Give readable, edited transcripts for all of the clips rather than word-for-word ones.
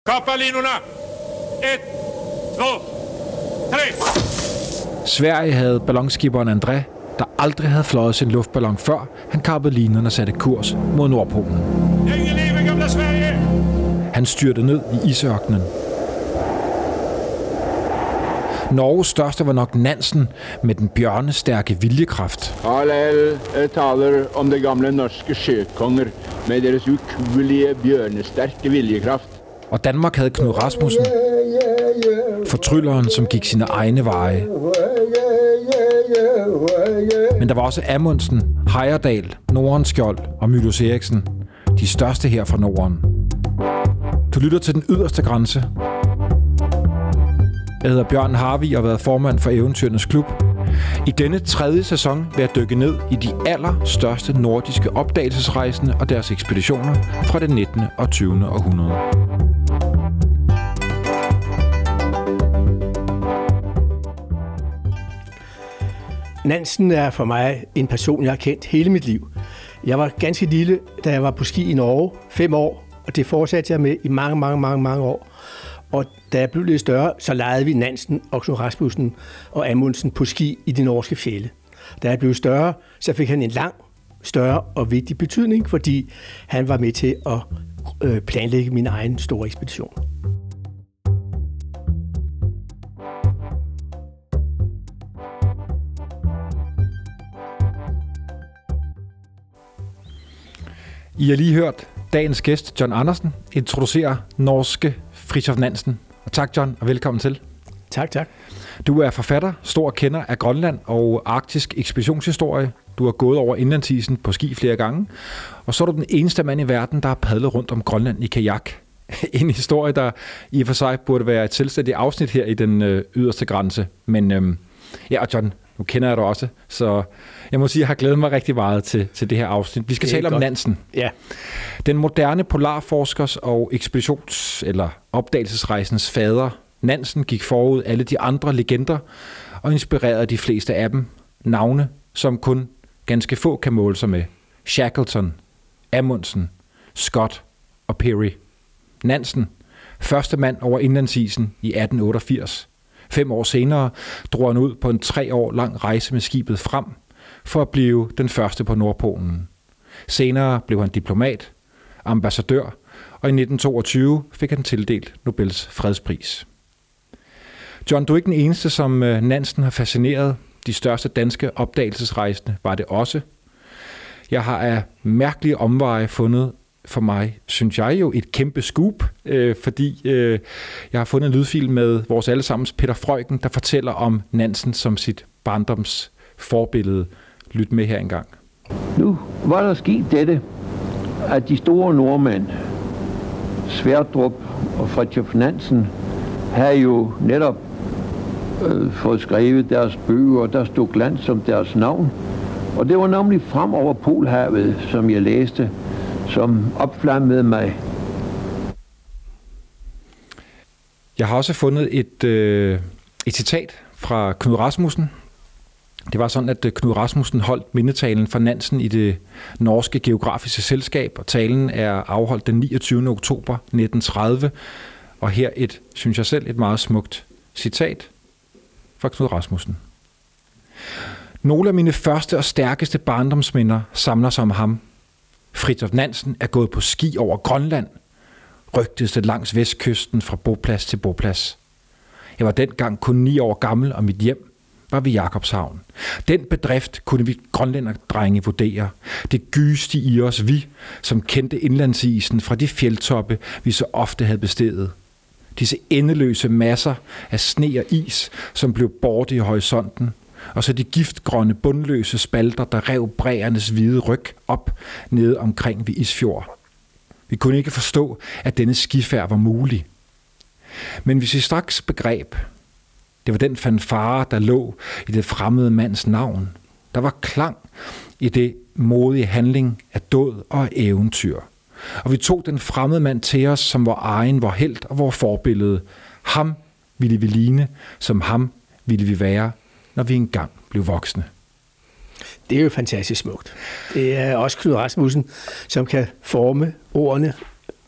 Kopperlinjerna! 1, 2, 3! Sverige havde ballonskipperen André, der aldrig havde fløjet sin luftballon før, han kappede linjen og satte kurs mod Nordpolen. Længe leve gamle Sverige! Han styrtede ned i isørkenen. Norges største var nok Nansen med den bjørnestærke viljekraft. Hallel taler om de gamle norske sjøkonger med deres ukuelige bjørnestærke viljekraft. Og Danmark havde Knud Rasmussen, fortrylleren, som gik sine egne veje. Men der var også Amundsen, Heyerdahl, Nordenskjold og Mylius Eriksen, de største her fra Norden. Du lytter til Den Yderste Grænse. Jeg hedder Bjørn Harvig og har været formand for Eventyrenes Klub. I denne 3. sæson vil jeg dykke ned i de allerstørste nordiske opdagelsesrejsende og deres ekspeditioner fra det 19. og 20. århundrede. Nansen er for mig en person, jeg har kendt hele mit liv. Jeg var ganske lille, da jeg var på ski i Norge, 5 år, og det fortsatte jeg med i mange år. Og da jeg blev lidt større, så legede vi Nansen og Knud Rasmussen og Amundsen på ski i de norske fjelde. Da jeg blev større, så fik han en lang, større og vigtig betydning, fordi han var med til at planlægge min egen store ekspedition. I har lige hørt dagens gæst, John Andersen, introducere norske Fridtjof Nansen. Og tak, John, og velkommen til. Tak. Du er forfatter, stor kender af Grønland og arktisk ekspeditionshistorie. Du har gået over indlandsisen på ski flere gange. Og så er du den eneste mand i verden, der har padlet rundt om Grønland i kajak. En historie, der i og for sig burde være et selvstændigt afsnit her i Den Yderste Grænse. Men ja, og John, nu kender jeg dig også, så jeg må sige, at jeg har glædet mig rigtig meget til det her afsnit. Vi skal tale om Nansen. Ja. Den moderne polarforskers og eller opdagelsesrejsens fader, Nansen, gik forud alle de andre legender og inspirerede de fleste af dem. Navne, som kun ganske få kan måle sig med. Shackleton, Amundsen, Scott og Peary. Nansen, første mand over indlandsisen i 1888. 5 år senere drog han ud på en 3 år lang rejse med skibet Frem for at blive den første på Nordpolen. Senere blev han diplomat, ambassadør, og i 1922 fik han tildelt Nobels fredspris. John, du er ikke den eneste, som Nansen har fascineret. De største danske opdagelsesrejsende var det også. Jeg har af mærkelige omveje fundet, for mig, synes jeg jo, et kæmpe scoop, fordi jeg har fundet en lydfil med vores allesammens Peter Freuchen, der fortæller om Nansen som sit barndoms forbillede. Lyt med her engang. Nu var der sket dette, at de store nordmænd, Sverdrup og Fridtjof Nansen, havde jo netop fået skrevet deres bøger, der stod glans som deres navn. Og det var nemlig Frem over Polhavet, som jeg læste, som opflammede mig. Jeg har også fundet et citat fra Knud Rasmussen. Det var sådan, at Knud Rasmussen holdt mindetalen for Nansen i det norske geografiske selskab, og talen er afholdt den 29. oktober 1930. Og her synes jeg selv, et meget smukt citat fra Knud Rasmussen. Nogle af mine første og stærkeste barndomsminder samler sig om ham. Fridtjof Nansen er gået på ski over Grønland, rygtes det langs vestkysten fra boplads til boplads. Jeg var dengang kun 9 år gammel, og mit hjem var ved Jakobshavn. Den bedrift kunne vi grønlænderdrenge vurdere. Det gyste i os, vi, som kendte indlandsisen fra de fjeldtoppe, vi så ofte havde besteget. Disse endeløse masser af sne og is, som blev borte i horisonten, og så de giftgrønne, bundløse spalter, der rev bræernes hvide ryg op nede omkring ved Isfjord. Vi kunne ikke forstå, at denne skifærd var mulig. Men hvis vi straks begreb, det var den fanfare, der lå i det fremmede mands navn. Der var klang i det modige handling af dåd og eventyr. Og vi tog den fremmede mand til os som vor egen, vor helt og vor forbillede. Ham ville vi ligne, som ham ville vi være, når vi engang blev voksne. Det er jo fantastisk smukt. Det er også Knud Rasmussen, som kan forme ordene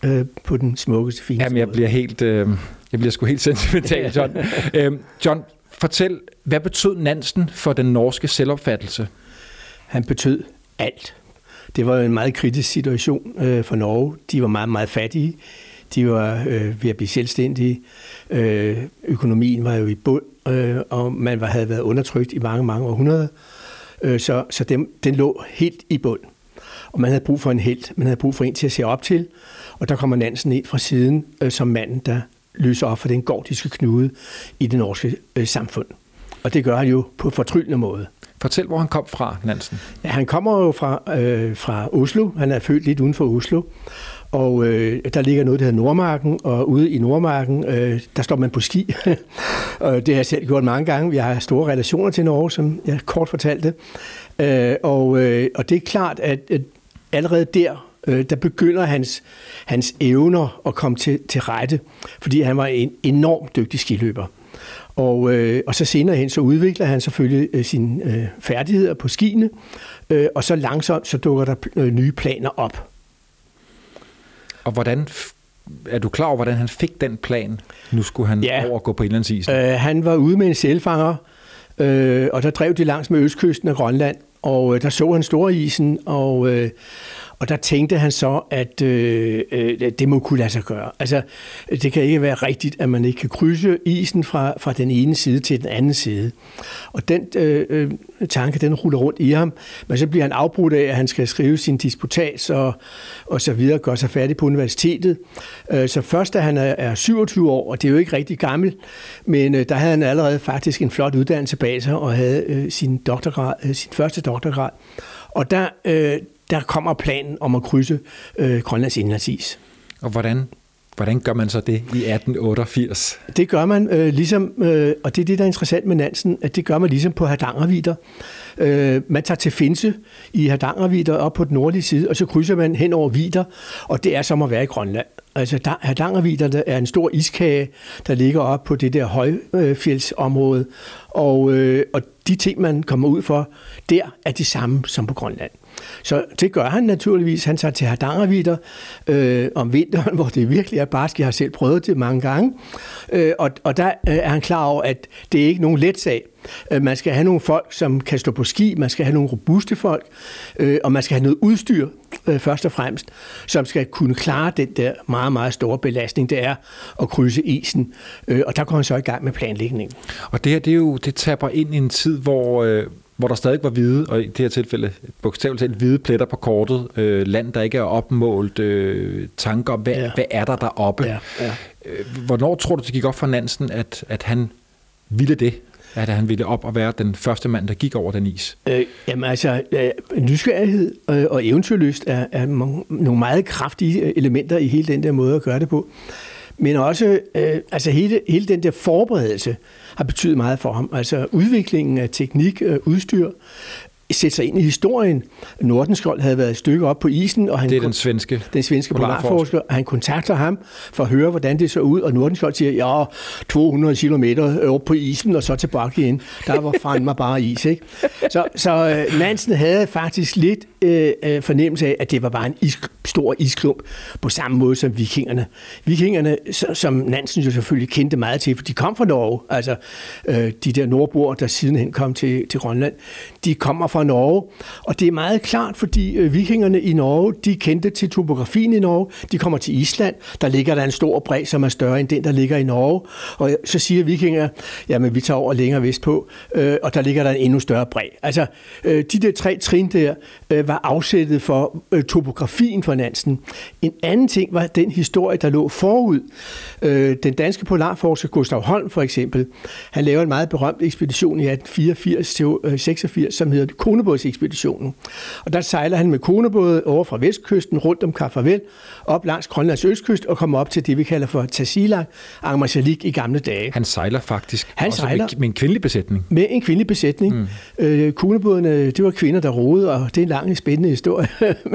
på den smukkeste, fineste Jamen, jeg bliver sgu helt sentimental, John. John, fortæl, hvad betød Nansen for den norske selvopfattelse? Han betød alt. Det var en meget kritisk situation for Norge. De var meget, meget fattige. De var ved at blive selvstændige. Økonomien var jo i bund, og man havde været undertrykt i mange, mange århundreder. Så den lå helt i bund. Og man havde brug for en helt. Man havde brug for en til at se op til. Og der kommer Nansen ind fra siden som manden, der løser op for den gordiske knude i det norske samfund. Og det gør han jo på fortryllende måde. Fortæl, hvor han kom fra, Nansen. Ja, han kommer jo fra Oslo. Han er født lidt uden for Oslo. Og der ligger noget, der hedder Nordmarken, og ude i Nordmarken, der står man på ski. Og det har jeg selv gjort mange gange. Jeg har store relationer til Norge, som jeg kort fortalte. Og det er klart, at allerede der begynder hans evner at komme til rette, fordi han var en enormt dygtig skiløber. Og så senere hen, så udvikler han selvfølgelig sine færdigheder på skiene, og så langsomt, så dukker der nye planer op. Og hvordan er du klar over, hvordan han fik den plan? Nu skulle han overgå på indlandsisen. Han var ude med en sælfanger, og der drev de langs med østkysten af Grønland, og der så han Storisen, og der tænkte han så, at det må kunne lade sig gøre. Altså, det kan ikke være rigtigt, at man ikke kan krydse isen fra den ene side til den anden side. Og den tanke, den ruller rundt i ham, men så bliver han afbrudt af, at han skal skrive sin disputats og så videre, gøre sig færdig på universitetet. Så først, da han er 27 år, og det er jo ikke rigtig gammel, men der havde han allerede faktisk en flot uddannelse bag sig, og havde sin første doktorgrad. Og der kommer planen om at krydse Grønlands indlandsis. Og hvordan gør man så det i 1888? Det gør man ligesom, og det er det, der er interessant med Nansen, at det gør man ligesom på Hardangervidder. Man tager til Finse i Hardangervidder op på den nordlige side, og så krydser man hen over Vidder, og det er som at være i Grønland. Altså Hardangervidder er en stor iskage, der ligger op på det der højfjeldsområde, og de ting, man kommer ud for, der er de samme som på Grønland. Så det gør han naturligvis. Han tager til Hardangervidder om vinteren, hvor det virkelig er barsk. Jeg har selv prøvet det mange gange. Og der er han klar over, at det er ikke nogen let sag. Man skal have nogle folk, som kan stå på ski. Man skal have nogle robuste folk. Og man skal have noget udstyr, først og fremmest, som skal kunne klare den der meget, meget store belastning, det er at krydse isen. Og der går han så i gang med planlægningen. Og det her, det tapper ind i en tid, hvor der stadig var hvide, og i det her tilfælde bogstaveligt talt hvide pletter på kortet, land, der ikke er opmålt, tanker om, hvad er der deroppe? Ja. Hvornår tror du, det gik op for Nansen, at han ville det? At han ville op og være den første mand, der gik over den is? Jamen altså, nysgerrighed og eventyrlyst er nogle meget kraftige elementer i hele den der måde at gøre det på. Men også hele den der forberedelse har betydet meget for ham. Altså udviklingen af teknik og udstyr sætte sig ind i historien. Nordenskjold havde været et stykke op på isen, og det er den svenske polarforsker, og han kontakter ham for at høre, hvordan det så ud, og Nordenskjold siger, 200 kilometer op på isen, og så tilbage igen. Der var fandme bare is, ikke? Så Nansen havde faktisk lidt fornemmelse af, at det var bare en stor isklump, på samme måde som vikingerne. Vikingerne, som Nansen jo selvfølgelig kendte meget til, for de kom fra Norge, altså de der nordboer, der sidenhen kom til Grønland, de kommer fra Norge, og det er meget klart, fordi vikingerne i Norge, de kendte til topografien i Norge, de kommer til Island, der ligger der en stor bræ, som er større end den, der ligger i Norge, og så siger vikinger, jamen vi tager over længere vestpå, og der ligger der en endnu større bræ. Altså, de der 3 trin der var afsættet for topografien for Nansen. En anden ting var den historie, der lå forud. Den danske polarforsker Gustav Holm for eksempel, han laver en meget berømt ekspedition i 1884-86, som hedder Konebådsekspeditionen. Og der sejler han med konebåde over fra vestkysten rundt om Kap Farvel, op langs Grønlands østkyst og kommer op til det, vi kalder for Tasiilaq, Armagalik i gamle dage. Han sejler faktisk med en kvindelig besætning. Med en kvindelig besætning. Konebådene, det var kvinder, der rodede, og det er en lang, spændende historie.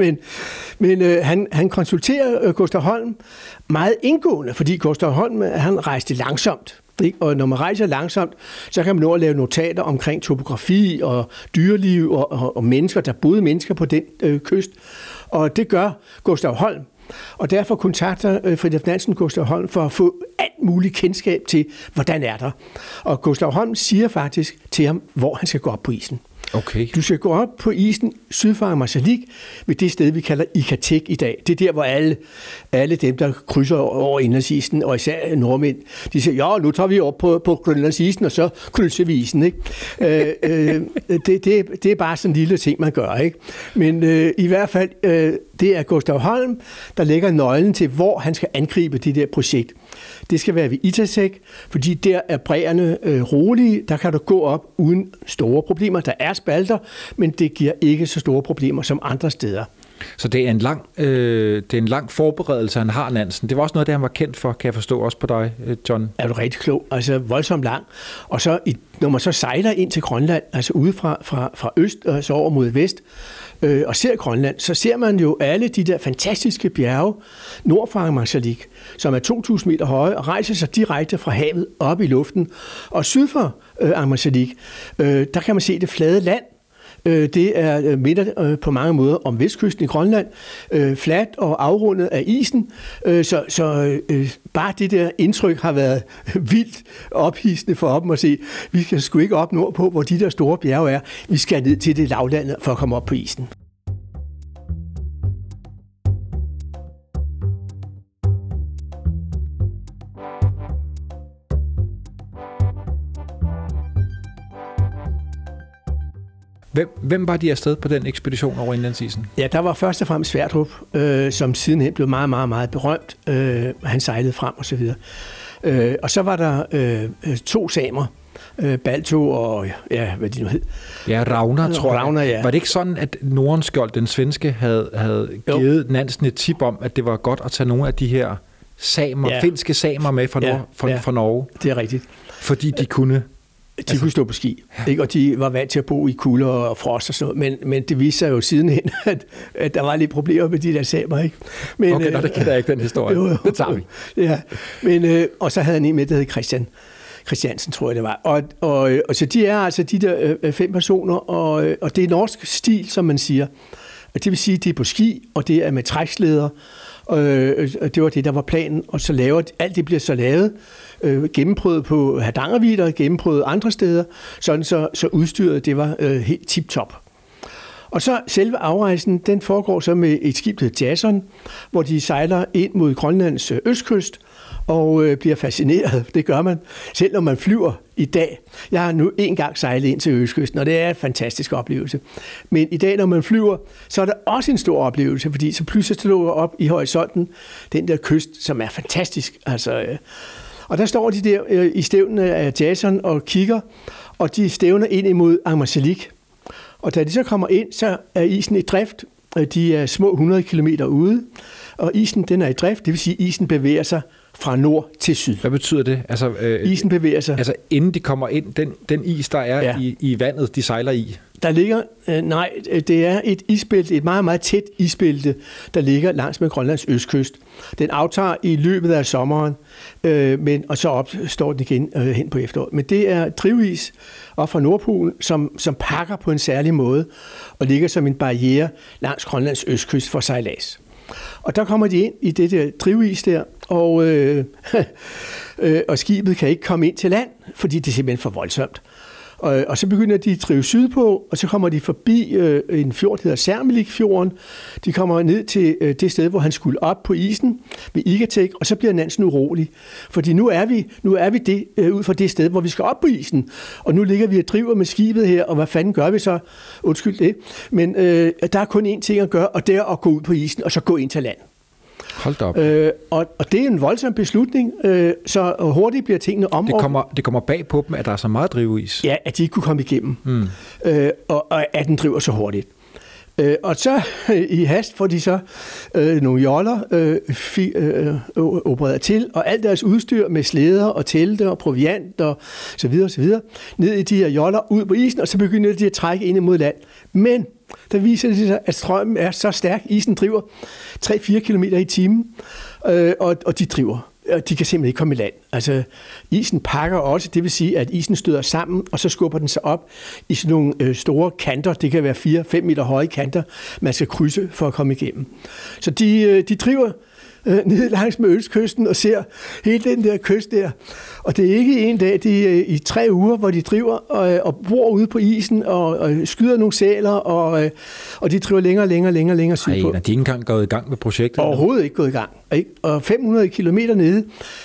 men han konsulterer Gustav Holm meget indgående, fordi Gustav Holm, han rejste langsomt. Og når man rejser langsomt, så kan man nå at lave notater omkring topografi og dyreliv og mennesker, der boede mennesker på den kyst. Og det gør Gustav Holm Og derfor kontakter Fridtjof Nansen Gustav Holm for at få alt muligt kendskab til, hvordan er der. Og Gustav Holm siger faktisk til ham, hvor han skal gå op på isen. Okay. Du skal gå op på isen syd for Ammassalik ved det sted, vi kalder Ikatek i dag. Det er der, hvor alle dem, der krydser over indlandsisen, og især nordmænd, de siger, ja, nu tager vi op på Grønlandsisen, og så krydser vi isen. Ikke? Det er bare sådan en lille ting, man gør. Ikke? Men i hvert fald, det er Gustav Holm, der lægger nøglen til, hvor han skal angribe det der projekt. Det skal være ved Ikatek, fordi der er bræerne rolige. Der kan du gå op uden store problemer. Der er spalter, men det giver ikke så store problemer som andre steder. Så det er en lang forberedelse, han har, Nansen. Det var også noget, det han var kendt for, kan jeg forstå, også på dig, John. Er du rigtig klog? Altså voldsomt lang. Og så, når man så sejler ind til Grønland, altså ude fra øst og så over mod vest, og ser Grønland, så ser man jo alle de der fantastiske bjerge nord for Ammassalik, som er 2.000 meter høje og rejser sig direkte fra havet op i luften. Og syd for Ammassalik, der kan man se det flade land. Det er midt på mange måder om vestkysten i Grønland, fladt og afrundet af isen, så bare det der indtryk har været vildt ophidsende for dem at se. Vi skal sgu ikke op nordpå, hvor de der store bjerge er. Vi skal ned til det lavlandet for at komme op på isen. Hvem var de afsted på den ekspedition over indlandsisen? Ja, der var først og fremmest Sverdrup, som sidenhen blev meget, meget, meget berømt. Han sejlede frem og så videre. Og så var der 2 samer, Balto og ja, hvad de nu hed. Ja, Ragnar, tror jeg. Ragnar, ja. Var det ikke sådan, at Nordenskjold, den svenske, havde givet Nansen et tip om, at det var godt at tage nogle af de her samer, finske samer med fra Norge? Det er rigtigt. Fordi de kunne... De kunne stå på ski, ikke? Og de var vant til at bo i kulde og frost og sådan noget, men det viste sig jo sidenhen, at der var lidt problemer med de der samer, ikke? Men, okay, det kender jeg ikke, den historie. Jo. Det tager vi. Ja, men, og så havde han en med, der hed Christiansen, tror jeg det var. Og så de er altså de der 5 personer, og det er norsk stil, som man siger. Og det vil sige, at det er på ski, og det er med træksleder, og det var det, der var planen. Og så alt det bliver så lavet, gennemprøvet på Hardangervidda, gennemprøvet andre steder, sådan så udstyret det var helt tip-top. Og så selve afrejsen, den foregår så med et skib, der hedder Jason, hvor de sejler ind mod Grønlands østkyst, og bliver fascineret. Det gør man, selv når man flyver i dag. Jeg har nu engang sejlet ind til østkysten, og det er en fantastisk oplevelse. Men i dag, når man flyver, så er det også en stor oplevelse, fordi så pludselig står du op i horisonten, den der kyst, som er fantastisk. Altså, og der står de der i stævnene af Jason og kigger, og de stævner ind imod Ammassalik. Og da de så kommer ind, så er isen i drift. De er små 100 kilometer ude, og isen den er i drift, det vil sige, at isen bevæger sig fra nord til syd. Hvad betyder det? Altså, isen bevæger sig. Altså inden de kommer ind, den is, der er i vandet, de sejler i? Der ligger, det er et isbælte, et meget, meget tæt isbælte, der ligger langs med Grønlands østkyst. Den aftager i løbet af sommeren, og så opstår den igen hen på efteråret. Men det er drivis op fra Nordpolen, som pakker på en særlig måde, og ligger som en barriere langs Grønlands østkyst for sejlads. Og der kommer de ind i det der drivis der, og skibet kan ikke komme ind til land, fordi det er simpelthen for voldsomt. Og så begynder de at drive sydpå, og så kommer de forbi en fjord, der hedder Sermelikfjorden. De kommer ned til det sted, hvor han skulle op på isen ved Ikatek, og så bliver Nansen urolig. Fordi nu er vi ud fra det sted, hvor vi skal op på isen, og nu ligger vi og driver med skibet her, og hvad fanden gør vi så? Undskyld det. Men der er kun én ting at gøre, og det er at gå ud på isen, og så gå ind til land. Hold da op. Og det er en voldsom beslutning, så hurtigt bliver tingene omordnet. Det kommer bag på dem, at der er så meget driveis. Ja, at de ikke kunne komme igennem, og at den driver så hurtigt. Og så i hast får de så nogle joller opereret til, og alt deres udstyr med slæder og telte og proviant og så videre, ned i de her joller ud på isen, og så begynder de at trække ind imod land. Men der viser det sig, at strømmen er så stærk, isen driver 3-4 km i timen, og de driver de kan simpelthen ikke komme i land. Altså, isen pakker også, det vil sige, at isen støder sammen, og så skubber den sig op i sådan nogle store kanter. Det kan være 4-5 meter høje kanter, man skal krydse for at komme igennem. Så de driver ned langs med østkysten og ser hele den der kyst der. Og det er ikke en dag, det er i 3 uger, hvor de driver og bor ude på isen og skyder nogle sæler, og de driver længere sydpå. Er de ikke engang gået i gang med projektet? Overhovedet ikke gået i gang. Ikke? Og 500 kilometer nede,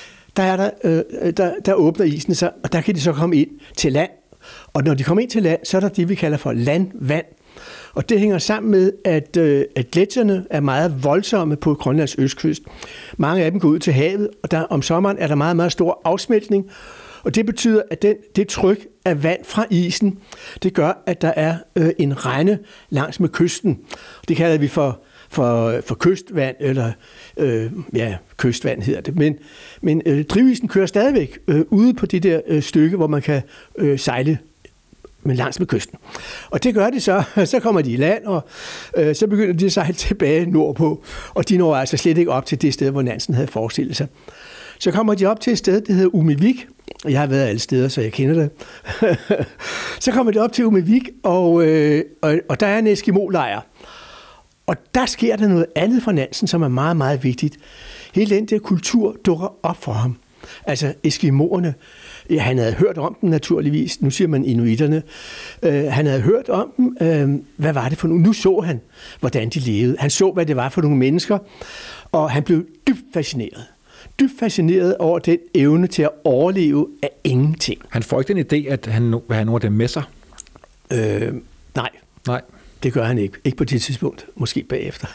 der åbner isen sig, og der kan de så komme ind til land. Og når de kommer ind til land, så er der det, vi kalder for landvand. Og det hænger sammen med, at gletsjerne er meget voldsomme på Grønlands østkyst. Mange af dem går ud til havet, og om sommeren er der meget, meget stor afsmeltning. Og det betyder, at det tryk af vand fra isen, det gør, at der er en rende langs med kysten. Det kalder vi for kystvand, eller kystvand hedder det. Men drivisen kører stadigvæk ude på det der stykke, hvor man kan sejle men langs med kysten. Og det gør de så kommer de i land, og så begynder de at sejle tilbage nordpå, og de når altså slet ikke op til det sted, hvor Nansen havde forestillet sig. Så kommer de op til et sted, der hedder Umivik. Jeg har været alle steder, så jeg kender det. Så kommer de op til Umivik, og der er en Eskimo-lejr. Og der sker der noget andet for Nansen, som er meget, meget vigtigt. Hele den der kultur dukker op for ham. Altså eskimoerne. Ja, han havde hørt om dem naturligvis. Nu siger man inuiterne. Han havde hørt om dem. Hvad var det for nogle? Nu så han, hvordan de levede. Han så, hvad det var for nogle mennesker. Og han blev dybt fascineret over den evne til at overleve af ingenting. Han får ikke den idé, at han vil have nogle af dem med sig? Nej. Det gør han ikke. Ikke på det tidspunkt. Måske bagefter.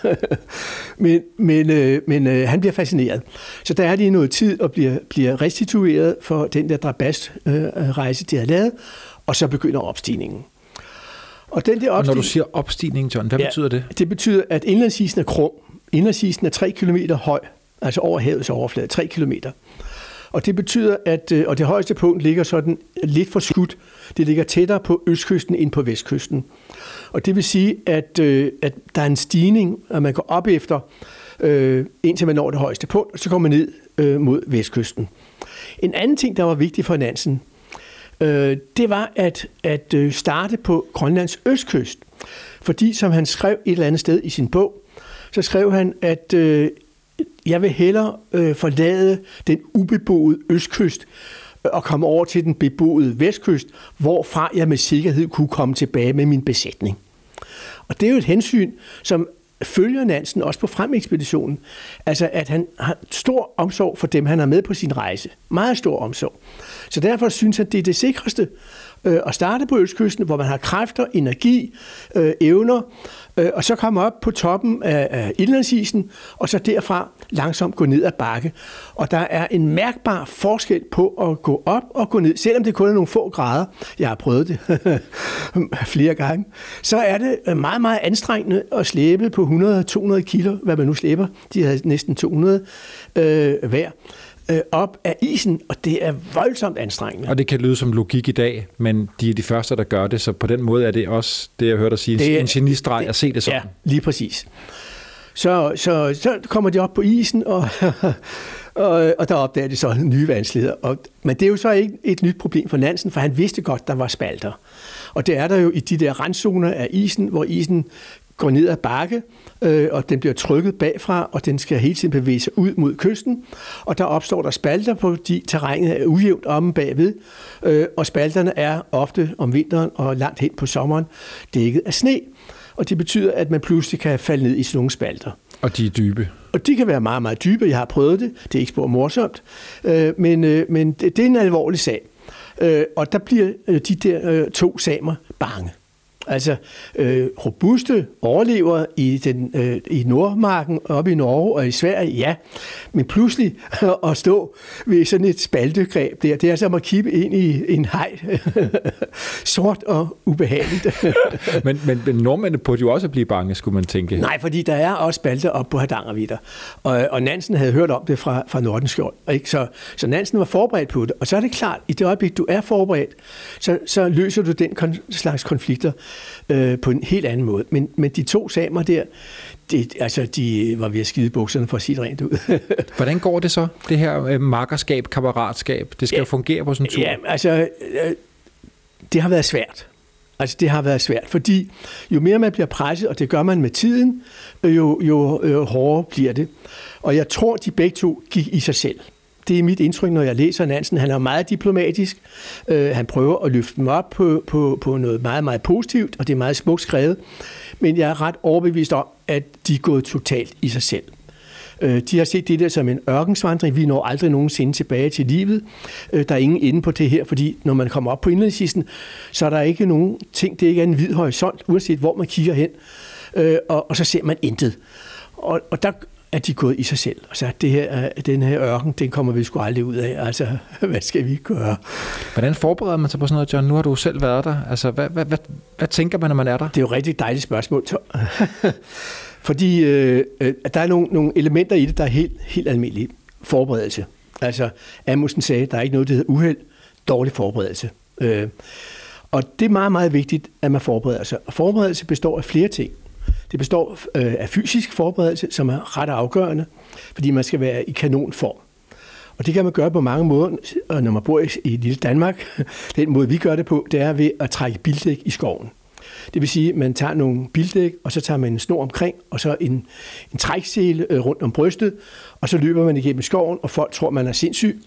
men han bliver fascineret. Så der er de noget tid og bliver restitueret for den der drabast-rejse, de har lavet, og så begynder opstigningen. Og når du siger opstigning, John, hvad betyder det? Det betyder, at indlandsisen er krum. Indlandsisen er 3 kilometer høj, altså over havets overflade, 3 kilometer. Og det betyder, at og det højeste punkt ligger sådan lidt for skudt. Det ligger tættere på østkysten end på vestkysten. Og det vil sige, at der er en stigning, og man går op efter, indtil man når det højeste punkt, og så kommer man ned mod vestkysten. En anden ting, der var vigtig for Nansen, det var at starte på Grønlands østkyst. Fordi, som han skrev et eller andet sted i sin bog, så skrev han, at jeg vil hellere forlade den ubeboede østkyst og komme over til den beboede vestkyst, hvorfra jeg med sikkerhed kunne komme tilbage med min besætning. Og det er jo et hensyn, som følger Nansen også på fremekspeditionen. Altså, at han har stor omsorg for dem, han har med på sin rejse. Meget stor omsorg. Så derfor synes han, det er det sikreste at starte på østkysten, hvor man har kræfter, energi, evner, og så komme op på toppen af indlandsisen, og så derfra langsomt gå ned ad bakke. Og der er en mærkbar forskel på at gå op og gå ned, selvom det kun er nogle få grader. Jeg har prøvet det flere gange. Så er det meget, meget anstrengende at slæbe på 100-200 kilo, hvad man nu slæber. De havde næsten 200 hver. Op af isen, og det er voldsomt anstrengende. Og det kan lyde som logik i dag, men de er de første, der gør det, så på den måde er det også det, jeg hørte dig sige, en genistreg at se det sådan. Ja, lige præcis. Så kommer de op på isen, og der opdager de så nye vanskeligheder. Men det er jo så ikke et nyt problem for Nansen, for han vidste godt, der var spalter. Og det er der jo i de der randzoner af isen, hvor isen går ned ad bakke, og den bliver trykket bagfra, og den skal hele tiden bevæge sig ud mod kysten. Og der opstår der spalter, på de terrænet er ujævnt omme bagved, og spalterne er ofte om vinteren og langt hen på sommeren dækket af sne. Og det betyder, at man pludselig kan falde ned i sådan nogle spalter. Og de er dybe. Og de kan være meget, meget dybe. Jeg har prøvet det. Det er ikke spor morsomt. Men det er en alvorlig sag. Og der bliver de der 2 samer bange. Altså robuste overlever i Nordmarken, oppe i Norge og i Sverige, ja. Men pludselig at stå ved sådan et spaltegreb der, det er som at kigge ind i en hej. Sort og ubehageligt. men nordmændene burde jo også blive bange, skulle man tænke. Nej, fordi der er også spalter op på Hardangervidda. Og Nansen havde hørt om det fra Nordenskjold. Ikke? Så Nansen var forberedt på det. Og så er det klart, i det øjeblik, du er forberedt, så løser du den slags konflikter på en helt anden måde. Men de 2 samer der, de var ved at skide bukserne for at sige det rent ud. Hvordan går det så, det her makkerskab, kammeratskab? Det skal jo fungere på sådan en tur. Ja, altså, det har været svært. Altså, det har været svært, fordi jo mere man bliver presset, og det gør man med tiden, jo hårdere bliver det. Og jeg tror, de begge 2 gik i sig selv. Det er mit indtryk, når jeg læser Nansen. Han er meget diplomatisk. Han prøver at løfte dem op på noget meget, meget positivt, og det er meget smukt skrevet. Men jeg er ret overbevist om, at de er gået totalt i sig selv. De har set det der som en ørkensvandring. Vi når aldrig nogensinde tilbage til livet. Der er ingen inde på det her, fordi når man kommer op på indlandsisen, så er der ikke nogen ting. Det er ikke en hvid horisont, uanset hvor man kigger hen. Og så ser man intet. Og der er de gået i sig selv. Og så den her ørken, den kommer vi sgu aldrig ud af. Altså, hvad skal vi gøre? Hvordan forbereder man sig på sådan noget, John? Nu har du selv været der. Altså, hvad tænker man, når man er der? Det er jo et rigtig dejligt spørgsmål. Fordi der er nogle elementer i det, der er helt almindelige. Forberedelse. Altså, Amundsen sagde, der er ikke noget, der hedder uheld. Dårlig forberedelse. Og det er meget, meget vigtigt, at man forbereder sig. Og forberedelse består af flere ting. Det består af fysisk forberedelse, som er ret afgørende, fordi man skal være i kanonform. Og det kan man gøre på mange måder, og når man bor i lille Danmark. Den måde, vi gør det på, det er ved at trække bildæk i skoven. Det vil sige, at man tager nogle bildæk, og så tager man en snor omkring, og så en træksele rundt om brystet, og så løber man igennem skoven, og folk tror, man er sindssyg.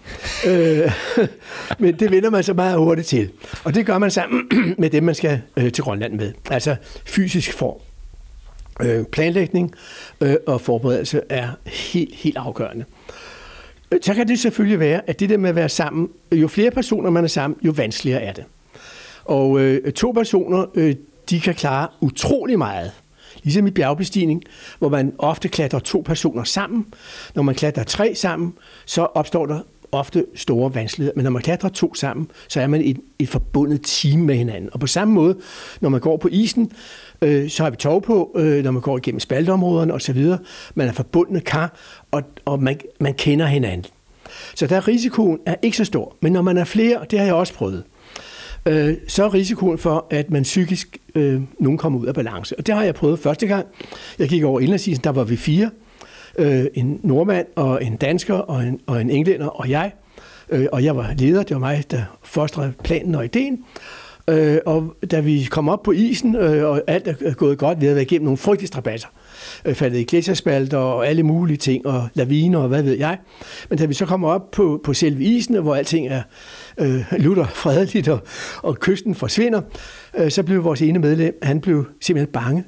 Men det vender man så meget hurtigt til. Og det gør man sammen med dem, man skal til Grønland med. Altså fysisk form. Planlægning og forberedelse er helt afgørende. Så kan det selvfølgelig være, at det der med at være sammen, jo flere personer man er sammen, jo vanskeligere er det. Og 2 personer, de kan klare utrolig meget. Ligesom i bjergbestigning, hvor man ofte klatrer 2 personer sammen. Når man klatrer 3 sammen, så opstår der ofte store vanskeligheder. Men når man klatrer 2 sammen, så er man et forbundet team med hinanden. Og på samme måde, når man går på isen, så har vi tov på, når man går igennem spalteområderne osv. Man er forbundne kar, og man kender hinanden. Så der risikoen er ikke så stor. Men når man er flere, og det har jeg også prøvet, så er risikoen for, at man psykisk nogen kommer ud af balance. Og det har jeg prøvet første gang. Jeg gik over indlandsisen, der var vi 4. En nordmand og en dansker og en englænder og jeg. Og jeg var leder, det var mig, der fostrede planen og ideen. Og da vi kom op på isen, og alt er gået godt, vi havde været igennem nogle frygtelige strabasser. Faldet i gletsjerspalter og alle mulige ting, og laviner og hvad ved jeg. Men da vi så kommer op på selve isen, hvor alting er lutter fredeligt, og kysten forsvinder, så blev vores ene medlem, han blev simpelthen bange.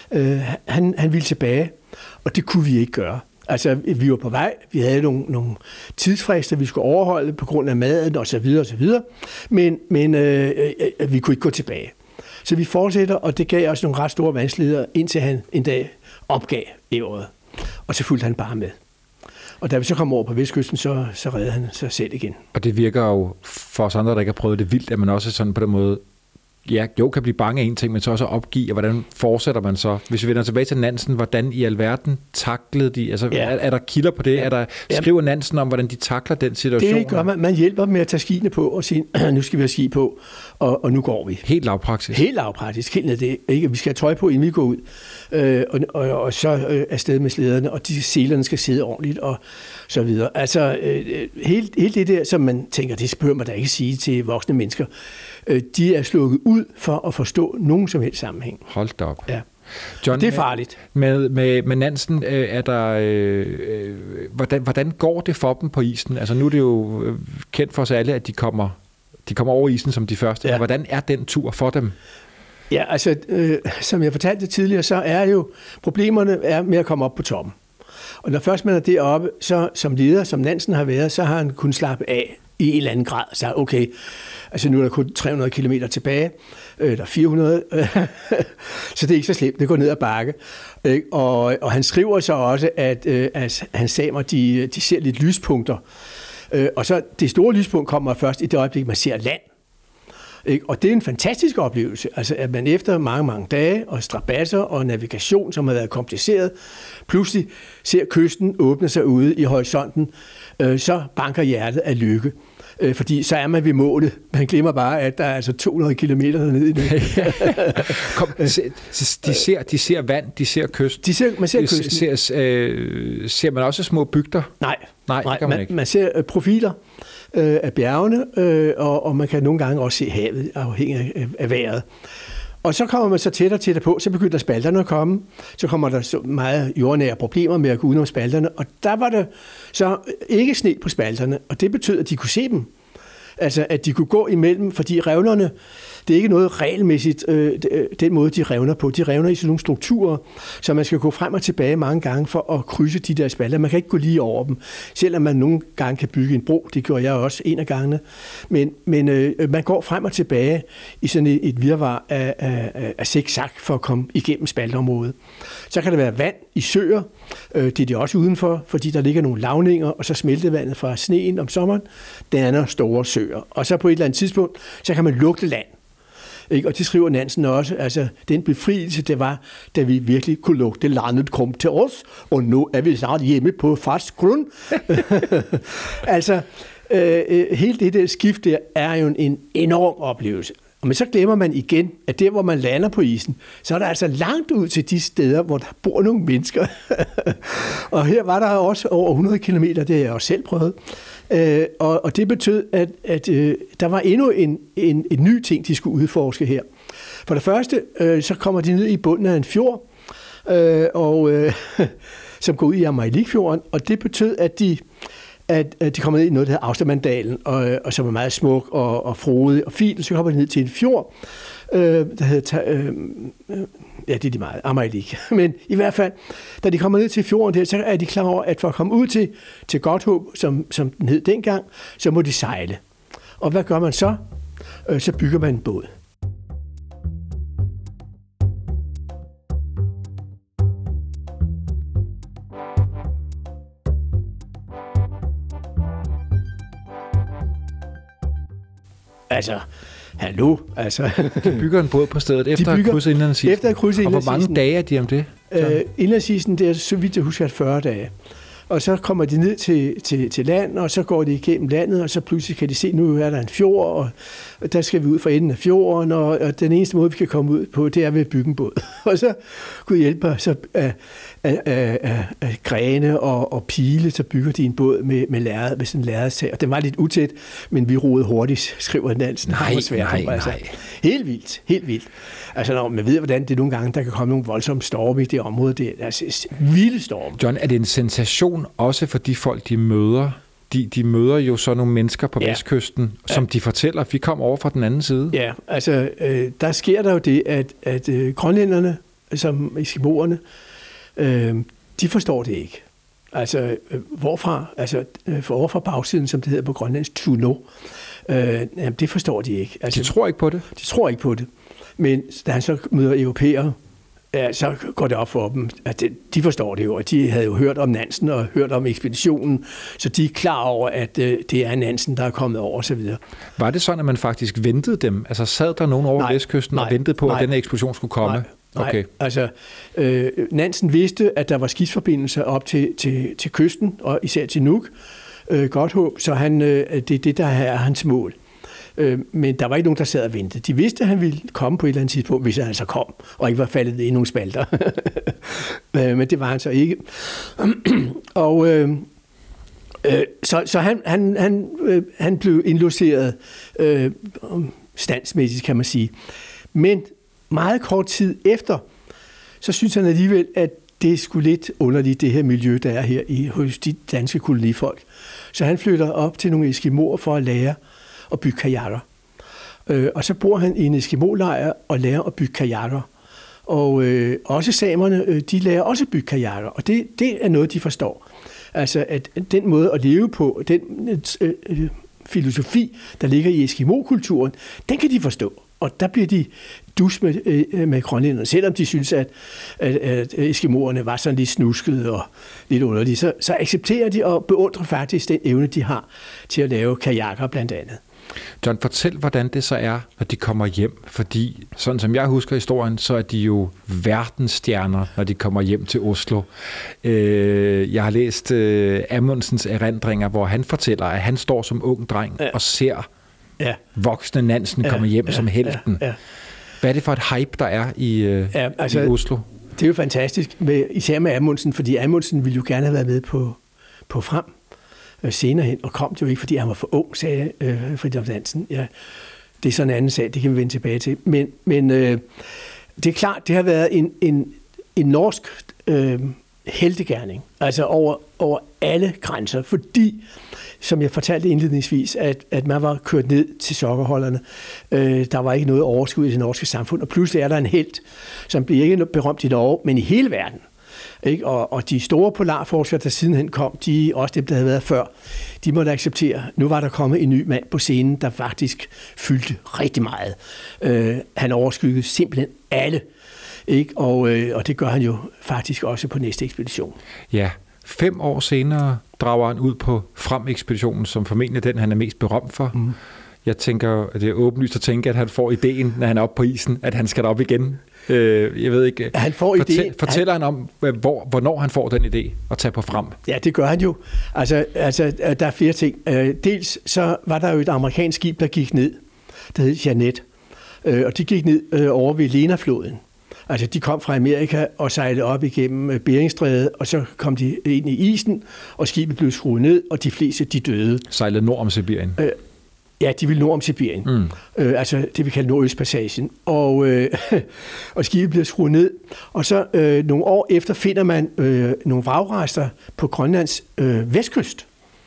Han ville tilbage, og det kunne vi ikke gøre. Altså, vi var på vej, vi havde nogle tidsfrister, vi skulle overholde på grund af maden osv. Men vi kunne ikke gå tilbage. Så vi fortsætter, og det gav os nogle ret store vanskeligheder, indtil han en dag opgav ævret. Og så fulgte han bare med. Og da vi så kom over på Vestkysten, så reddede han sig selv igen. Og det virker jo for os andre, der ikke har prøvet det vildt, at man også sådan på den måde, kan blive bange af en ting, men så også opgive, og hvordan fortsætter man så? Hvis vi vender tilbage til Nansen, hvordan i alverden taklede de? Altså, er der kilder på det? Skriver Nansen om, hvordan de takler den situation? Det gør man. Man hjælper med at tage skiene på og sige, nu skal vi have ski på, og nu går vi. Helt lavpraktisk? Helt lavpraktisk. Helt ned det. Ikke? Vi skal have tøj på, inden vi går ud. Og så afsted med slæderne, og de selerne skal sidde ordentligt, og så videre. Altså, helt det der, som man tænker, det behøver man da ikke sige til voksne mennesker, de er slukket ud for at forstå nogen som helst sammenhæng. Hold da op. Ja. John, det er farligt. Med Nansen, er der, hvordan går det for dem på isen? Altså nu er det jo kendt for os alle, at de kommer over isen som de første. Ja. Hvordan er den tur for dem? Ja, altså, som jeg fortalte tidligere, så er jo problemerne med at komme op på toppen. Og når først man er deroppe, så som leder, som Nansen har været, så har han kunnet slappe af i en eller anden grad. Så okay, altså nu er der kun 300 kilometer tilbage, eller 400, så det er ikke så slemt, det går ned ad bakke. Og han skriver så også, at hans samer, de ser lidt lyspunkter. Og så det store lyspunkt kommer først i det øjeblik, man ser land. Og det er en fantastisk oplevelse, altså at man efter mange, mange dage og strabasser og navigation, som har været kompliceret, pludselig ser kysten åbne sig ude i horisonten, så banker hjertet af lykke. Fordi så er man ved målet. Man glemmer bare, at der er altså 200 kilometer dernede i det. De ser vand, de ser kyst. Man ser kysten. Ser man også små bygder? Nej, det kan man ikke. Man ser profiler af bjergene, og man kan nogle gange også se havet, afhængig af vejret. Og så kommer man så tættere på, så begynder spalterne at komme. Så kommer der så meget jordnære problemer med at gå udenom spalterne. Og der var der så ikke sne på spalterne, og det betød, at de kunne se dem. Altså, at de kunne gå imellem, fordi revnerne, det er ikke noget regelmæssigt, den måde, de revner på. De revner i sådan nogle strukturer, så man skal gå frem og tilbage mange gange for at krydse de der spalter. Man kan ikke gå lige over dem, selvom man nogle gange kan bygge en bro. Det gjorde jeg også en af gangene. Men man går frem og tilbage i sådan et virvar af zigzag for at komme igennem spalteområdet. Så kan der være vand i søer. Det er de også udenfor, fordi der ligger nogle lavninger, og så smeltevandet fra sneen om sommeren, danner store søer. Og så på et eller andet tidspunkt, så kan man lugte land. Ikke? Og det skriver Nansen også, altså den befrielse, det var, da vi virkelig kunne lugte landet kom til os, og nu er vi snart hjemme på fast grund. Altså, hele det der skift der er jo en enorm oplevelse. Men så glemmer man igen, at der, hvor man lander på isen, så er der altså langt ud til de steder, hvor der bor nogle mennesker. Og her var der også over 100 kilometer, det har jeg også selv prøvet. Og det betød, at der var endnu en ny ting, de skulle udforske her. For det første, så kommer de ned i bunden af en fjord, som går ud i Ammerlikfjorden, og det betød, at de kommer ned i noget, der hedder Austermanndalen, og som er meget smuk og frodig og fin. Så kommer de ned til en fjord, der hedder, ja, det er de meget, Ammerlik. Men i hvert fald, da de kommer ned til fjorden der, så er de klar over, at for at komme ud til Godthåb, som den hed dengang, så må de sejle. Og hvad gør man så? Så bygger man en båd. Altså, hallo, altså. De bygger en båd på stedet, efter at krydse indlandsisen. Efter at krydse indlandsisen. Og hvor mange dage er de om det? Indlandsisen, det er, så vidt jeg husker, 40 dage. Og så kommer de ned til land, og så går de igennem landet, og så pludselig kan de se, nu er der en fjord, og der skal vi ud fra enden af fjorden, og den eneste måde, vi kan komme ud på, det er ved at bygge en båd. Og så kunne hjælpe så af grene og pile, så bygger de en båd med sådan en lærredstag. Og den var lidt utæt, men vi roede hurtigt, skriver Nansen. Nej. Helt vildt. Altså, når man ved, hvordan det nogle gange, der kan komme nogle voldsomme storme i det område, det er altså vilde storme. John, er det en sensation også for de folk, de møder? De møder jo så nogle mennesker på vestkysten, som de fortæller, vi kom over fra den anden side. Ja, altså, der sker der jo det, at grønlænderne, som eskimoerne, de forstår det ikke. Altså, hvorfra? Altså, over fra bagsiden, som det hedder på grønlandsk, Tuno. Det forstår de ikke. Altså, de tror ikke på det? De tror ikke på det. Men da han så møder europæere, så går det op for dem, at de forstår det jo, og de havde jo hørt om Nansen og hørt om ekspeditionen, så de er klar over, at det er Nansen, der er kommet over osv. Var det sådan, at man faktisk ventede dem? Altså sad der nogen over vestkysten og ventede på, at denne ekspedition skulle komme? Nej, altså Nansen vidste, at der var skibsforbindelser op til kysten, og især til Nuuk, Godthåb, så det er det, der er hans mål. Men der var ikke nogen, der sad og ventede. De vidste, at han ville komme på et eller andet tidspunkt, hvis han altså kom, og ikke var faldet i nogle spalter. Men det var han så ikke. Og så han blev indlogeret standsmæssigt, kan man sige. Men meget kort tid efter, så synes han alligevel, at det er sgu lidt underligt, det her miljø, der er her hos de danske kolonifolk. Så han flytter op til nogle eskimoer for at lære at bygge kajakker. Og så bor han i en eskimo-lejr og lærer at bygge kajakker. Og også samerne, de lærer også at bygge kajakker. Og det er noget, de forstår. Altså, at den måde at leve på, den filosofi, der ligger i eskimo-kulturen, den kan de forstå. Og der bliver de dus med grønlænderne. Selvom de synes, at eskimoerne var sådan lidt snuskede og lidt underlige, så accepterer de og beundrer faktisk den evne, de har til at lave kajakker blandt andet. John, fortæl, hvordan det så er, når de kommer hjem. Fordi, sådan som jeg husker historien, så er de jo verdensstjerner, når de kommer hjem til Oslo. Jeg har læst Amundsens erindringer, hvor han fortæller, at han står som ung dreng og ser voksne Nansen komme hjem som helten. Ja. Hvad er det for et hype, der er i Oslo? Det er jo fantastisk, især med Amundsen, fordi Amundsen ville jo gerne have været med på Frem senere hen, og kom det jo ikke, fordi han var for ung, sagde Fridtjof Nansen. Ja, det er sådan en anden sag, det kan vi vende tilbage til. Men det er klart, det har været en norsk heltegerning, altså over alle grænser, fordi, som jeg fortalte indledningsvis, at man var kørt ned til sokkerholderne. Der var ikke noget overskud i det norske samfund, og pludselig er der en helt, som bliver ikke berømt i Norge, men i hele verden. Ikke? Og de store polarforskere, der sidenhen kom, de også dem, der havde været før, de måtte acceptere, nu var der kommet en ny mand på scenen, der faktisk fyldte rigtig meget. Han overskyggede simpelthen alle. Ikke? Og det gør han jo faktisk også på næste ekspedition. Ja, 5 år senere drager han ud på Frem-ekspeditionen, som formentlig den, han er mest berømt for. Mm. Jeg tænker, at det er åbenlyst at tænke, at han får ideen, når han er oppe på isen, at han skal derop igen. Jeg ved ikke. Han får fortæller han om, hvornår han får den idé at tage på Frem? Ja, det gør han jo. Altså der er flere ting. Dels så var der jo et amerikansk skib, der gik ned, der hed Jeanette. Og de gik ned over ved Lena-floden. Altså, de kom fra Amerika og sejlede op igennem Beringstrædet, og så kom de ind i isen, og skibet blev skruet ned, og de fleste, de døde. Sejlede nord om Sibirien? Ja, de ville nord om Sibirien. Altså, det vi kalder Nordøstpassagen. Og skibet bliver skruet ned, og så nogle år efter finder man nogle vragrester på Grønlands vestkyst.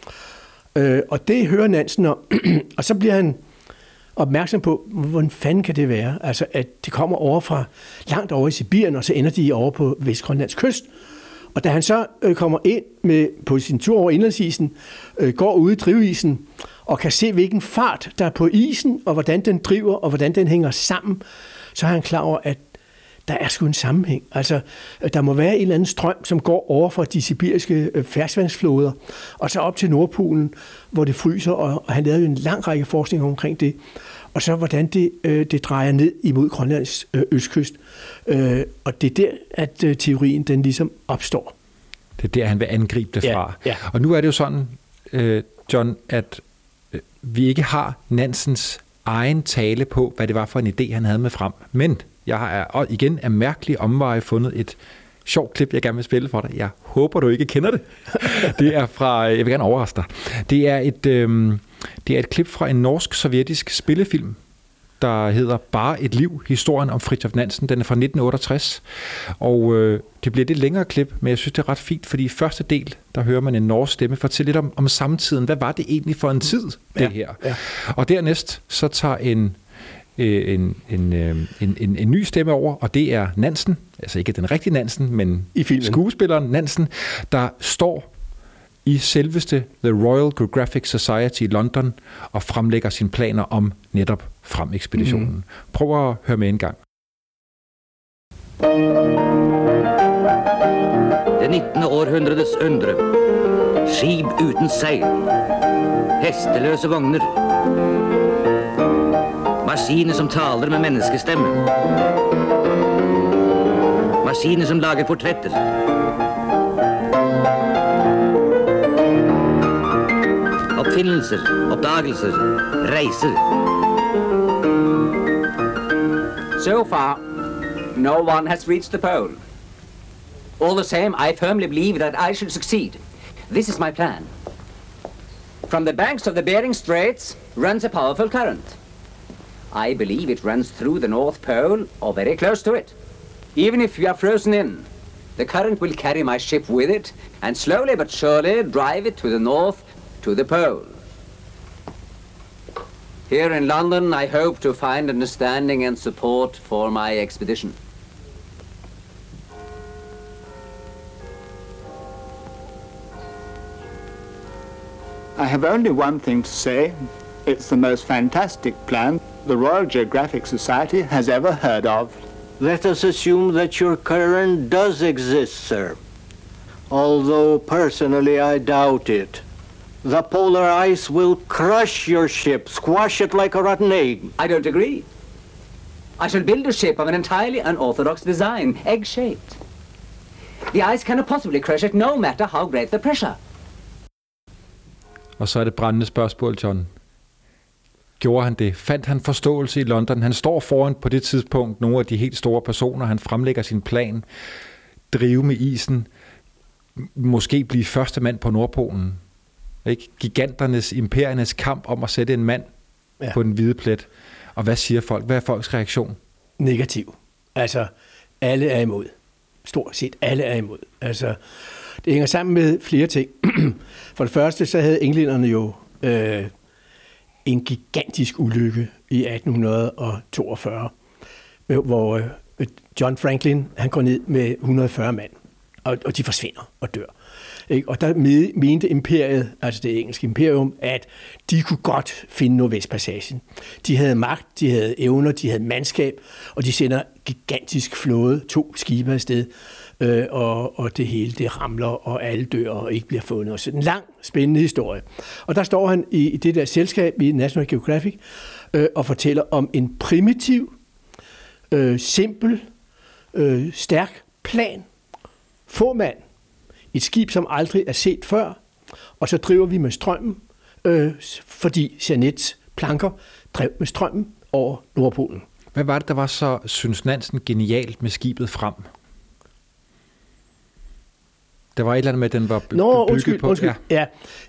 Og det hører Nansen om, og så bliver han opmærksom på, hvordan fanden kan det være? Altså, at det kommer over fra langt over i Sibirien, og så ender de over på Vestgrønlands kyst. Og da han så kommer ind på sin tur over indlandsisen, går ude i drivisen, og kan se, hvilken fart der er på isen, og hvordan den driver, og hvordan den hænger sammen, så er han klar over, at der er sgu en sammenhæng. Altså, der må være en eller anden strøm, som går over fra de sibiriske ferskvandsfloder, og så op til Nordpolen, hvor det fryser, og han lavede jo en lang række forskning omkring det. Og så hvordan det drejer ned imod Grønlands østkyst. Og det er der, at teorien den ligesom opstår. Det er der, han vil angribe det fra. Ja. Og nu er det jo sådan, John, at vi ikke har Nansens egen tale på, hvad det var for en idé, han havde med Frem. Men jeg har igen af mærkelige omveje fundet et sjovt klip, jeg gerne vil spille for dig. Jeg håber, du ikke kender det. Det er fra, jeg vil gerne overraske dig. Det er et klip fra en norsk-sovjetisk spillefilm, der hedder Bare et liv, historien om Fridtjof Nansen. Den er fra 1968, og det bliver et lidt længere klip, men jeg synes, det er ret fint, fordi i første del, der hører man en norsk stemme fortælle lidt om samtiden. Hvad var det egentlig for en tid, det her? Ja. Og dernæst, så tager en ny stemme over, og det er Nansen, altså ikke den rigtige Nansen, men skuespilleren Nansen, der står i selveste The Royal Geographic Society i London og fremlægger sine planer om netop Frem-ekspeditionen. Prøv at høre med en gang. Det 19. århundredes undre. Skib uten seil. Hesteløse vogner. Maskiner som taler med menneskestemme. Maskiner som lager portretter. Opfinnelser, opdagelser, reiser. So far, no one has reached the pole. All the same, I firmly believe that I shall succeed. This is my plan. From the banks of the Bering Straits runs a powerful current. I believe it runs through the North Pole or very close to it. Even if we are frozen in, the current will carry my ship with it and slowly but surely drive it to the north, to the pole. Here in London, I hope to find understanding and support for my expedition. I have only one thing to say. It's the most fantastic plan the Royal Geographic Society has ever heard of. Let us assume that your current does exist, sir. Although personally I doubt it. The polar ice will crush your ship, squash it like a rotten egg. I don't agree. I shall build a ship of an entirely unorthodox design, egg-shaped. The ice cannot possibly crush it, no matter how great the pressure. Og så er det brændende spørgsmål, John. Gjorde han det? Fandt han forståelse i London? Han står foran på det tidspunkt nogle af de helt store personer. Han fremlægger sin plan. Drive med isen. Måske blive første mand på Nordpolen. Ikke? Giganternes, imperiernes kamp om at sætte en mand på den hvide plet. Og hvad siger folk? Hvad er folks reaktion? Negativ. Altså, alle er imod. Stort set alle er imod. Altså, det hænger sammen med flere ting. For det første, så havde englænderne jo en gigantisk ulykke i 1842, hvor John Franklin, han går ned med 140 mand, og de forsvinder og dør. Og der mente imperiet, altså det engelske imperium, at de kunne godt finde Nordvestpassagen. De havde magt, de havde evner, de havde mandskab, og de sender gigantisk flåde, 2 skibe afsted, og det hele det ramler, og alle dør og ikke bliver fundet. Og så en lang, spændende historie. Og der står han i det der selskab i National Geographic og fortæller om en primitiv, simpel, stærk plan. Få mand. Et skib, som aldrig er set før, og så driver vi med strømmen, fordi Jeannettes planker drev med strømmen over Nordpolen. Hvad var det, der var så, synes Nansen, genialt med skibet frem? Der var et eller andet med, at den var bygget på... Undskyld. Ja.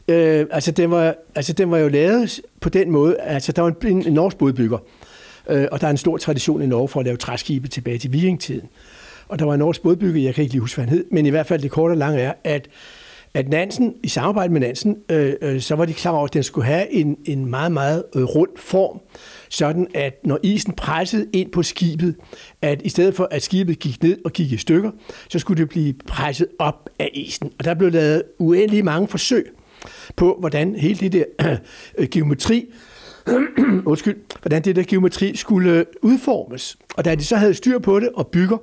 Den var jo lavet på den måde, altså der var en norsk bådbygger, og der er en stor tradition i Norge for at lave træskibe tilbage til vikingetiden. Og der var en norsk bådbygger, jeg kan ikke lige huske, hvad han hed, men i hvert fald det korte og lange er, at Nansen, i samarbejde med Nansen, så var de klar over, at den skulle have en meget, meget rund form, sådan at når isen pressede ind på skibet, at i stedet for at skibet gik ned og gik i stykker, så skulle det blive presset op af isen. Og der blev lavet uendelig mange forsøg på, hvordan hele det der geometri, hvordan det der geometri skulle udformes. Og da de så havde styr på det og bygger,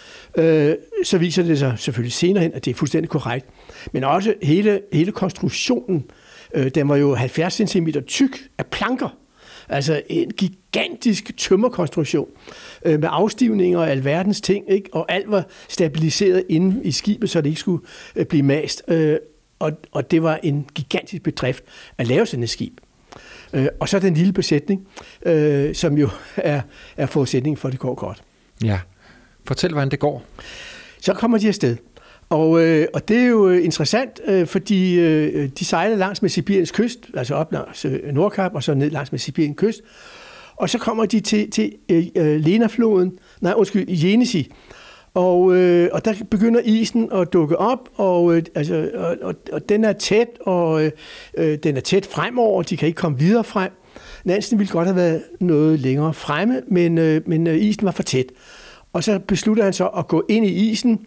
så viser det sig selvfølgelig senere hen, at det er fuldstændig korrekt. Men også hele konstruktionen, den var jo 70 cm tyk af planker. Altså en gigantisk tømmerkonstruktion med afstivninger og alverdens ting, ikke? Og alt var stabiliseret inde i skibet, så det ikke skulle blive mast. Og det var en gigantisk bedrift at lave sådan et skib. Og så den lille besætning, som jo er forudsætningen for, at det går godt. Ja. Fortæl, hvordan det går. Så kommer de afsted. Og det er jo interessant, fordi de sejler langs med Sibiriens kyst, altså op langs Nordkap, og så ned langs med Sibiriens kyst. Og så kommer de til Lena-floden, Jenisi. Og der begynder isen at dukke op, og den er tæt, og den er tæt fremover, de kan ikke komme videre frem. Nansen ville godt have været noget længere fremme, men isen var for tæt. Og så beslutter han så at gå ind i isen,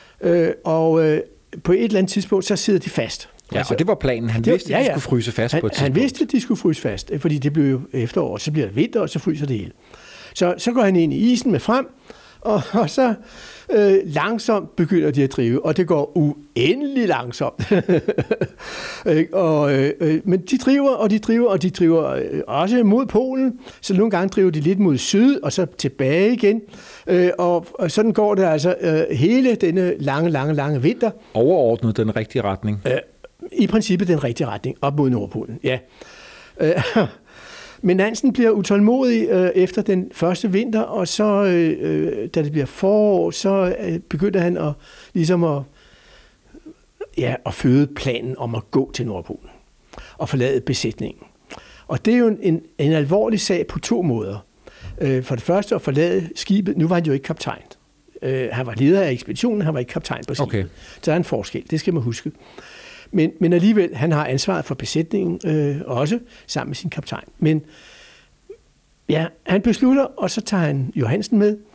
og på et eller andet tidspunkt, så sidder de fast. Ja, og det var planen. Han vidste, at de skulle fryse fast på et tidspunkt. Han vidste, at de skulle fryse fast, fordi det blev jo efterår, så bliver det vinter, og så fryser det hele. Så går han ind i isen med frem, og så langsomt begynder de at drive, og det går uendelig langsomt. Men de driver, og de driver også mod Polen, så nogle gange driver de lidt mod syd, og så tilbage igen. Og sådan går det altså hele denne lange vinter. Overordnet den rigtige retning? I princippet den rigtige retning, op mod Nordpolen, ja. Men Nansen bliver utålmodig efter den første vinter, og så, da det bliver forår, så begynder han at føde planen om at gå til Nordpolen og forlade besætningen. Og det er jo en alvorlig sag på 2 måder. For det første at forlade skibet. Nu var han jo ikke kaptajn. Han var leder af ekspeditionen, han var ikke kaptajn på skibet. Okay. Så der er en forskel, det skal man huske. Men alligevel, han har ansvaret for besætningen, også sammen med sin kaptajn. Men ja, han beslutter, og så tager han Johansen med,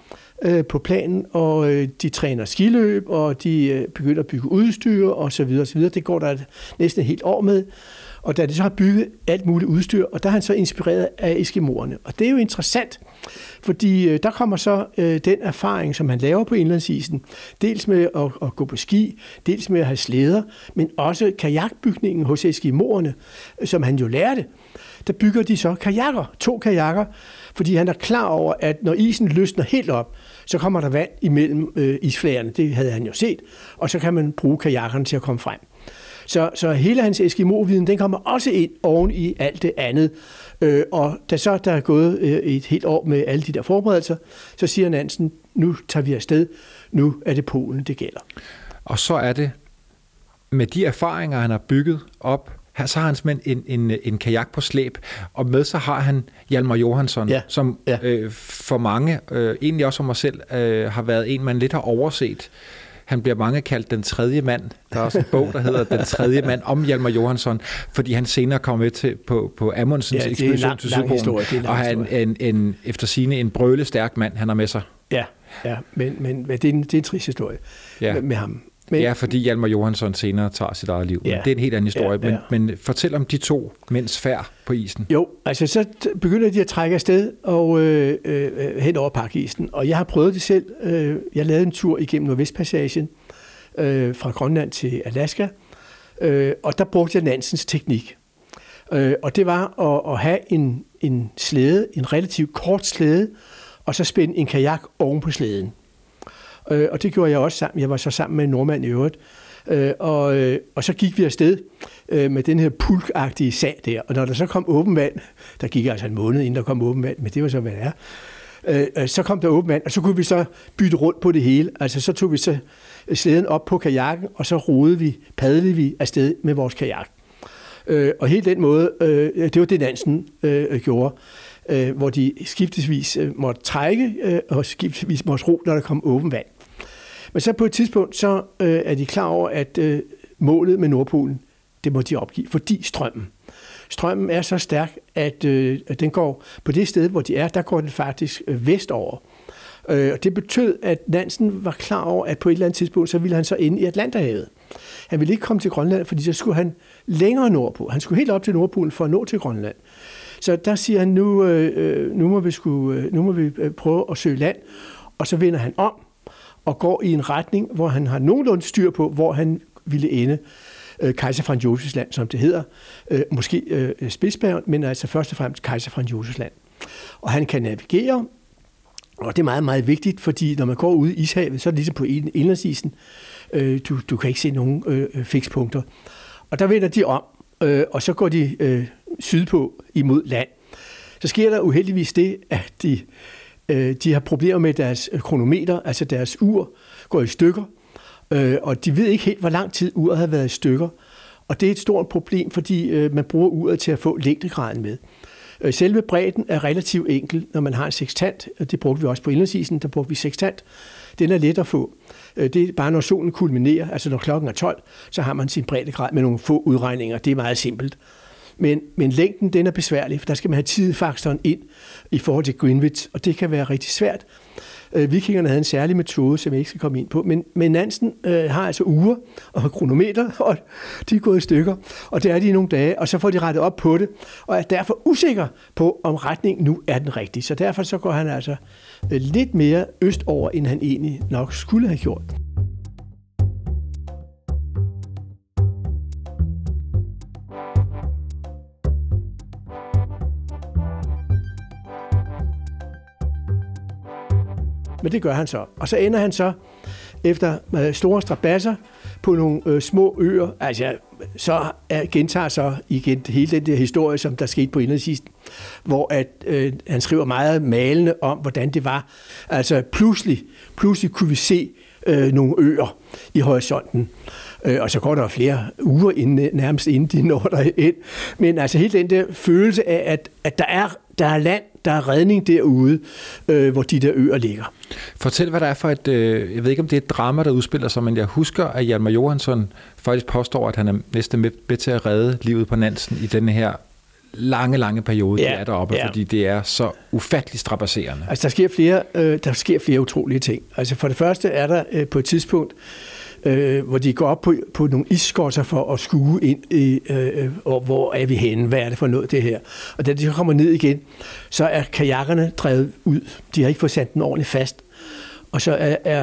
på planen, og de træner skiløb, og de begynder at bygge udstyr og så videre, og så videre. Det går der næsten et helt år med. Og da de så har bygget alt muligt udstyr, og der er han så inspireret af eskimoerne. Og det er jo interessant, fordi der kommer så den erfaring, som han laver på indlandsisen, dels med at gå på ski, dels med at have slæder, men også kajakbygningen hos eskimoerne, som han jo lærte. Der bygger de så kajakker, 2 kajakker, fordi han er klar over, at når isen løsner helt op, så kommer der vand imellem isflagerne. Det havde han jo set, og så kan man bruge kajakkerne til at komme frem. Så hele hans Eskimo-viden, den kommer også ind oven i alt det andet. Og da så der er gået et helt år med alle de der forberedelser, så siger Nansen, nu tager vi afsted, nu er det Polen, det gælder. Og så er det, med de erfaringer, han har bygget op, så har han simpelthen en kajak på slæb, og med så har han Hjalmar Johansson, som for mange, egentlig også for mig selv, har været en, man lidt har overset. Han bliver mange kaldt den tredje mand. Der er også en bog, der hedder Den tredje mand om Hjalmar Johansson, fordi han senere kom med til på Amundsens ekspedition til Sydpolen, og han er efter sigende en brølestærk mand, han har med sig. Ja, men det er en trist historie med ham. Men, fordi Hjalmar Johansson senere tager sit eget liv. Ja, det er en helt anden historie. Men fortæl om de 2 mænds færd på isen. Jo, altså så begynder de at trække afsted og hen over Pakisen. Og jeg har prøvet det selv. Jeg lavede en tur igennem Nordvestpassagen fra Grønland til Alaska. Og der brugte jeg Nansens teknik. Og det var at have en slæde, en relativt kort slæde, og så spænde en kajak oven på slæden. Og det gjorde jeg også sammen. Jeg var så sammen med en nordmand i øvrigt. Og så gik vi afsted med den her pulkagtige sag der. Og når der så kom åben vand, der gik altså en måned inden der kom åben vand, men det var så, hvad det er. Så kom der åben vand, og så kunne vi så bytte rundt på det hele. Altså så tog vi så slæden op på kajakken, og så padlede vi afsted med vores kajak. Og helt den måde, det var det Nansen gjorde. Hvor de skiftesvis måtte trække, og skiftesvis måtte ro, når der kom åben vand. Men så på et tidspunkt, så er de klar over, at målet med Nordpolen, det må de opgive, fordi strømmen er så stærk, at den går på det sted, hvor de er, der går den faktisk vestover. Og det betød, at Nansen var klar over, at på et eller andet tidspunkt, så ville han så inde i Atlanterhavet. Han ville ikke komme til Grønland, fordi så skulle han længere nordpå. Han skulle helt op til Nordpolen for at nå til Grønland. Så der siger han, nu må vi prøve at søge land, og så vender han om og går i en retning, hvor han har nogenlunde styr på, hvor han ville ende. Kejser Franz Josefs land, som det hedder. Måske Spidsbergen, men altså først og fremmest Kejser Franz Josefs land. Og han kan navigere, og det er meget, meget vigtigt, fordi når man går ud i ishavet, så er det ligesom på indlandsisen. Du kan ikke se nogen fikspunkter. Og der vender de om, og så går de sydpå imod land. Så sker der uheldigvis det, at de har problemer med deres kronometer, altså deres ur går i stykker, og de ved ikke helt, hvor lang tid uret har været i stykker. Og det er et stort problem, fordi man bruger uret til at få længdegraden med. Selve bredden er relativt enkel, når man har en sextant. Det brugte vi også på indlandsisen, der brugte vi sextant. Den er let at få. Det er bare, når solen kulminerer, altså når klokken er 12, så har man sin breddegrad med nogle få udregninger. Det er meget simpelt. Men længden, den er besværlig, for der skal man have tidfaktoren ind i forhold til Greenwich, og det kan være rigtig svært. Vikingerne havde en særlig metode, som jeg ikke skal komme ind på, men Nansen har altså uger og kronometer, og de er gået i stykker, og det er de i nogle dage, og så får de rettet op på det, og er derfor usikker på, om retningen nu er den rigtige. Så derfor så går han altså lidt mere østover, end han egentlig nok skulle have gjort. Men det gør han så. Og så ender han så efter store strabasser på nogle små øer. Altså, så gentager så igen hele den der historie, som der skete på indlandsisen, hvor han skriver meget malende om, hvordan det var. Altså, pludselig kunne vi se nogle øer i horisonten. Og så går der flere uger nærmest inden de når der ind. Men altså hele den der følelse af, at der er land, der er redning derude, hvor de der øer ligger. Fortæl, hvad der er for et, jeg ved ikke, om det er et drama, der udspiller sig, men jeg husker, at Hjalmar Johansson faktisk påstår, at han er næsten med til at redde livet på Nansen i denne her lange periode, Ja, de er deroppe, ja. fordi det er så ufattelig strabasserende. Altså, der sker flere utrolige ting. Altså, for det første er der på et tidspunkt, hvor de går op på nogle isskotser for at skue ind i, og hvor er vi henne, hvad er det for noget, det her. Og da de kommer ned igen, så er kajakkerne drevet ud. De har ikke fået sat den ordentligt fast. Og så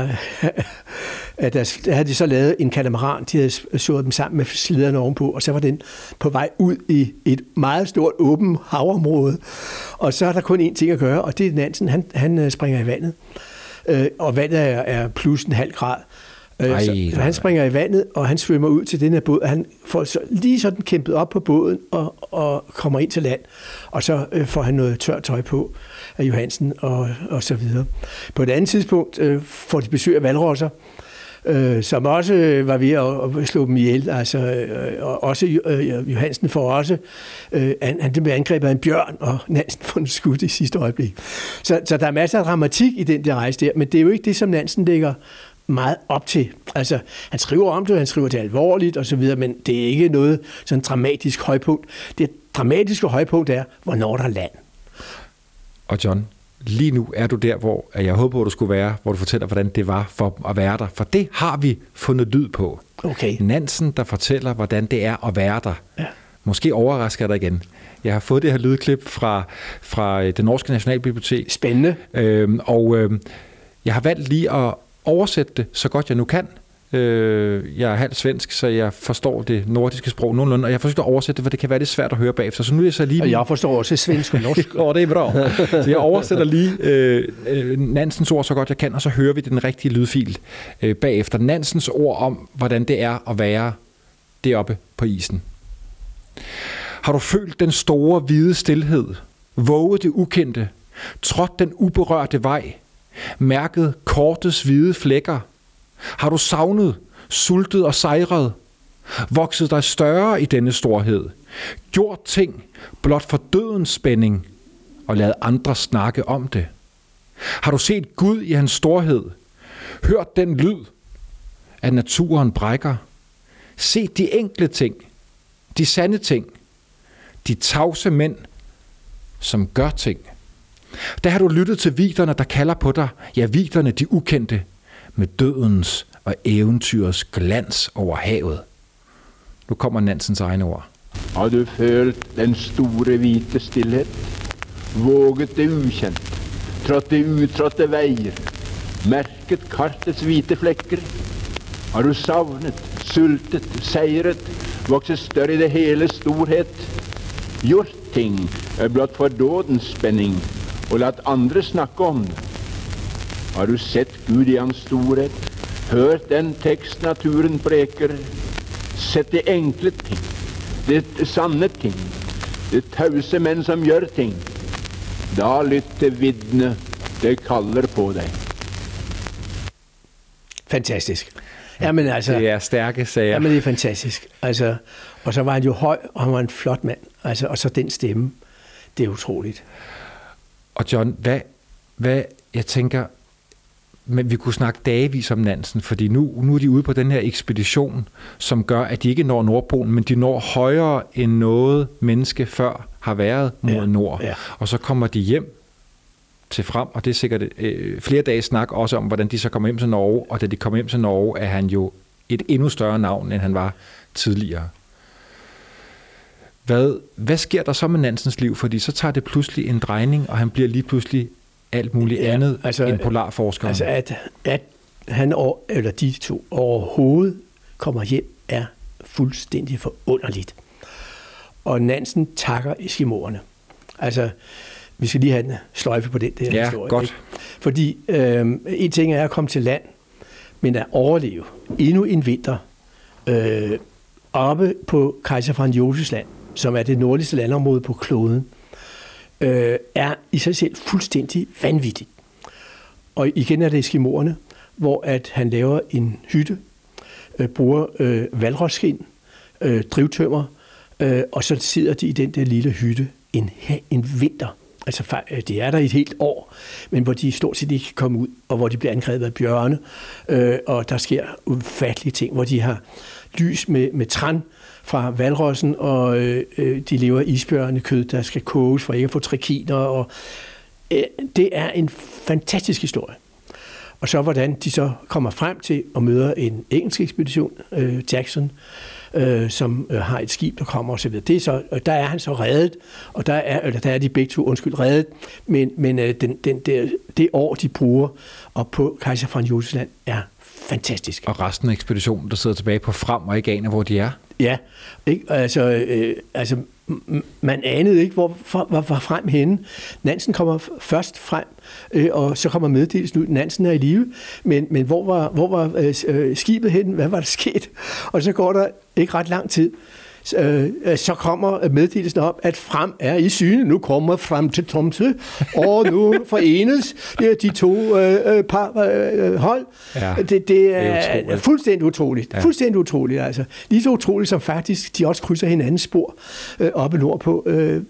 der havde de så lavet en katamaran, de havde sået dem sammen med sliderne ovenpå, og så var den på vej ud i et meget stort åbent havområde. Og så er der kun én ting at gøre, og det er Nansen, han springer i vandet. Og vandet er plus en halv grad. Så han springer i vandet, og han svømmer ud til den her båd. Han får lige sådan kæmpet op på båden og kommer ind til land. Og så får han noget tørt tøj på af Johansen og så videre. På et andet tidspunkt får de besøg af hvalrosser, som også var ved at slå dem ihjel. Altså, og også Johansen får også, han bliver angrebet af en bjørn, og Nansen får den skudt i sidste øjeblik. Så der er masser af dramatik i den der rejse der, men det er jo ikke det, som Nansen lægger meget op til. Altså, han skriver om det, han skriver det alvorligt og så videre, men det er ikke noget sådan dramatisk højpunkt. Det dramatiske højpunkt er, hvornår der er land. Og John, lige nu er du der, hvor jeg håber, du skulle være, hvor du fortæller, hvordan det var for at være der. For det har vi fundet lyd på. Okay. Nansen, der fortæller, hvordan det er at være der. Ja. Måske overrasker dig igen. Jeg har fået det her lydklip fra det norske nationalbibliotek. Spændende. Jeg har valgt lige at oversætte det, så godt jeg nu kan. Jeg er halvt svensk, så jeg forstår det nordiske sprog nogenlunde, og jeg forsøger at oversætte det, for det kan være lidt svært at høre bagefter. Så nu er jeg så lige... Og jeg forstår også svensk og norsk. Det er bra. Så jeg oversætter lige Nansens ord så godt jeg kan, og så hører vi den rigtige lydfil bagefter. Nansens ord om, hvordan det er at være deroppe på isen. Har du følt den store, hvide stilhed, våget det ukendte, trådt den uberørte vej, mærket kortets hvide flækker? Har du savnet, sultet og sejret, vokset dig større i denne storhed, gjort ting blot for dødens spænding og ladet andre snakke om det? Har du set Gud i hans storhed, hørt den lyd, at naturen brækker, set de enkle ting, de sande ting, de tavse mænd, som gør ting? Der har du lyttet til vigderne, der kalder på dig, ja, vigderne, de ukendte, med dødens og eventyrets glans over havet. Nu kommer Nansens egne ord. Har du følt den store hvite stillhed, våget det ukjent, trådt det utrådte veier, mærket kartets hvite flekker? Har du savnet, sultet, sejret, vokset større i det hele storhet, gjort ting blot for dødens spænding, og latt andre snakke om det? Har du sett Gud i hans storhet, hørt den tekst naturen preker, sett de enkle ting, de sanne ting, de tause menn som gjør ting? Da lytt til viddene, det kaller på deg. Fantastisk. Jamen, altså, Det er stærke sager. Jamen, det er fantastisk. Altså, og så var han jo høj, og han var en flot mand. Altså, og så den stemme. Det er utroligt. Og John, hvad jeg tænker, men vi kunne snakke dagevis om Nansen, fordi nu er de ude på den her ekspedition, som gør, at de ikke når Nordpolen, men de når højere end noget menneske før har været mod nord. Ja. Og så kommer de hjem til frem, og det er sikkert flere dage snak også om, hvordan de så kommer hjem til Norge, og da de kommer hjem til Norge, er han jo et endnu større navn, end han var tidligere. Hvad sker der så med Nansens liv? Fordi så tager det pludselig en drejning, og han bliver lige pludselig alt muligt andet end polarforskeren. Altså, at han eller de to overhovedet kommer hjem, er fuldstændig forunderligt. Og Nansen takker eskimoerne. Altså, vi skal lige have en sløjfe på den der historie. Godt. Ikke? Fordi en ting er at komme til land, men at overleve endnu en vinter oppe på Kejser Franz Josefs land, som er det nordligste landområde på kloden, er i sig selv fuldstændig vanvittigt. Og igen er det eskimoerne, hvor at han laver en hytte, bruger hvalrosskind, drivtømmer, og så sidder de i den der lille hytte en vinter. Altså, det er der i et helt år, men hvor de stort set ikke kan komme ud, og hvor de bliver angrebet af bjørne, og der sker ufattelige ting, hvor de lys med tran fra valrossen, og de lever af isbjørnekød, der skal koges for ikke at få trikiner. Og, det er en fantastisk historie. Og så hvordan de så kommer frem til at møde en engelsk ekspedition, Jackson, som har et skib, der kommer osv. Det er så, der er han så reddet, og der er de begge to, reddet, men det år, de bruger op på Kejser Franz Josefs Land, er fantastisk. Og resten af ekspeditionen, der sidder tilbage på Frem og ikke aner, hvor de er. Ja, ikke? Altså man anede ikke, hvor var Frem henne. Nansen kommer først frem, og så kommer meddelelsen ud, Nansen er i live, men hvor var skibet henne? Hvad var der sket? Og så går der ikke ret lang tid, så kommer meddelelsen op, at Frem er i syne. Nu kommer Frem til Tromsø, og nu forenes de to hold. Ja, det er fuldstændig utroligt. Ja. Fuldstændig utroligt, altså. Lige så utroligt, som faktisk de også krydser hinandens spor oppe nordpå,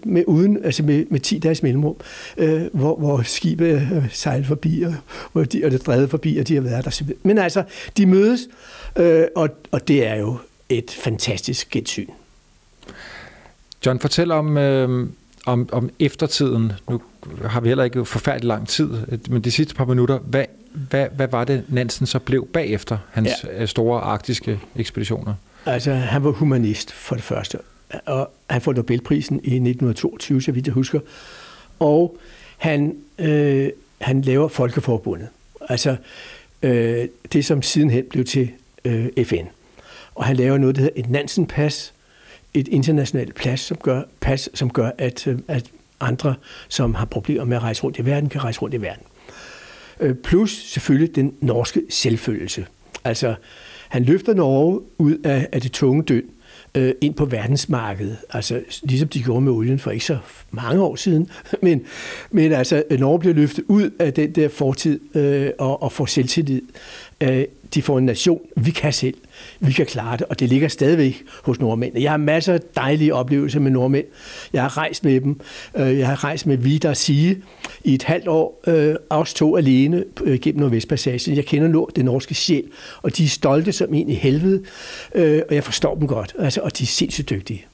med 10 dages mellemrum, hvor skibet sejler forbi, og det drevet forbi, og de har været der. Men altså, de mødes, og det er jo et fantastisk gensyn. John, fortæl om eftertiden. Nu har vi heller ikke forfærdelig lang tid, men de sidste par minutter, hvad var det, Nansen så blev bagefter hans store arktiske ekspeditioner? Altså, han var humanist for det første, og han får Nobelprisen i 1922, så vidt jeg husker, og han laver Folkeforbundet, altså det, som sidenhen blev til FN. Og han laver noget, der hedder et Nansen-pas, et internationalt pas, som gør, at andre, som har problemer med at rejse rundt i verden, kan rejse rundt i verden. Plus selvfølgelig den norske selvfølelse. Altså, han løfter Norge ud af det tunge døn ind på verdensmarkedet. Altså, ligesom de gjorde med olien for ikke så mange år siden. Men altså, Norge bliver løftet ud af den der fortid og får selvtillid. De får en nation. Vi kan selv. Vi kan klare det, og det ligger stadigvæk hos nordmænd. Jeg har masser af dejlige oplevelser med nordmænd. Jeg har rejst med dem. Jeg har rejst med Vidar Sige i et halvt år. Os to alene gennem Nordvestpassagen. Jeg kender det norske sjæl, og de er stolte som en i helvede, og jeg forstår dem godt. Altså, og de er sindssygt dygtige.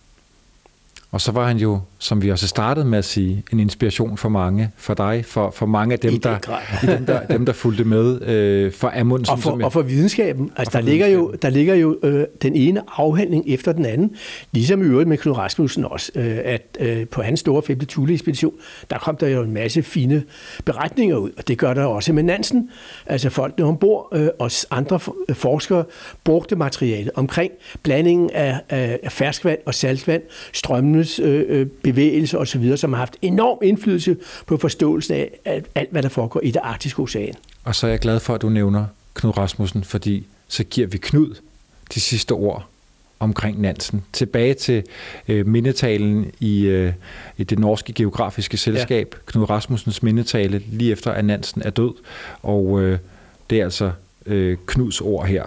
Og så var han jo, som vi også startede med at sige, en inspiration for mange, for dig, for mange af dem, der fulgte med, for Amundsen. Og for videnskaben. Altså, der ligger jo den ene afhandling efter den anden, ligesom i øvrigt med Knud Rasmussen også, at på hans store 5. Thule-ekspedition, der kom der jo en masse fine beretninger ud, og det gør der også med Nansen. Altså folkene ombord og andre forskere brugte materiale omkring blandingen af ferskvand og saltvand, strømmende bevægelse osv., som har haft enorm indflydelse på forståelsen af alt, hvad der foregår i det arktiske ocean. Og så er jeg glad for, at du nævner Knud Rasmussen, fordi så giver vi Knud de sidste ord omkring Nansen. Tilbage til mindetalen i det norske geografiske selskab, Knud Rasmussens mindetale lige efter, at Nansen er død, og det er altså Knuds ord her.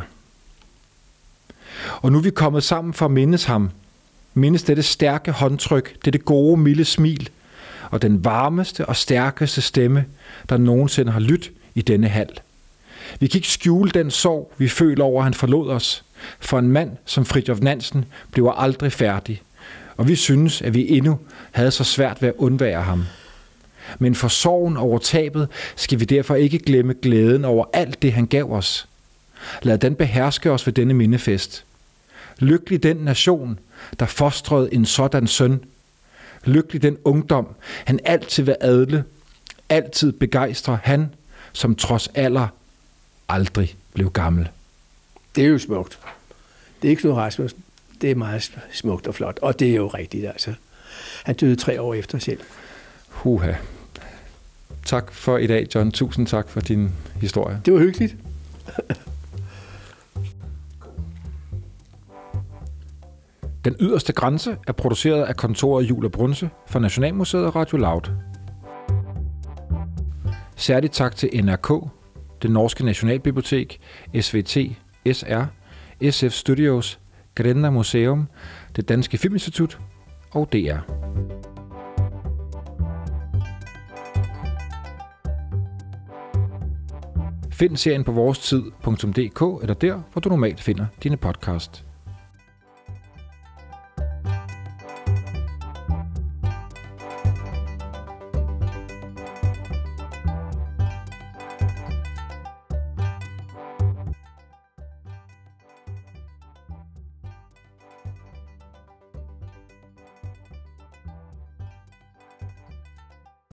Og nu er vi kommet sammen for at mindes ham. Mindes dette stærke håndtryk, dette gode, milde smil, og den varmeste og stærkeste stemme, der nogensinde har lyttet i denne hal. Vi kan ikke skjule den sorg, vi føler over, at han forlod os, for en mand som Fridtjof Nansen bliver aldrig færdig, og vi synes, at vi endnu havde så svært ved at undvære ham. Men for sorgen over tabet skal vi derfor ikke glemme glæden over alt det, han gav os. Lad den beherske os ved denne mindefest. Lykkelig den nation, der fostrede en sådan søn. Lykkelig den ungdom, han altid vil adle, altid begejstre han, som trods alder aldrig blev gammel. Det er jo smukt. Det er ikke Knud Rasmussen. Det er meget smukt og flot, og det er jo rigtigt, altså. Han døde 3 år efter selv. Huha. Tak for i dag, John. Tusind tak for din historie. Det var hyggeligt. Den yderste grænse er produceret af kontoret Juel og Brunse for Nationalmuseet og Radio Loud. Særligt tak til NRK, det norske Nationalbibliotek, SVT, SR, SF Studios, Grenna Museum, det Danske Filminstitut og DR. Find serien på vorestid.dk eller der, hvor du normalt finder dine podcast.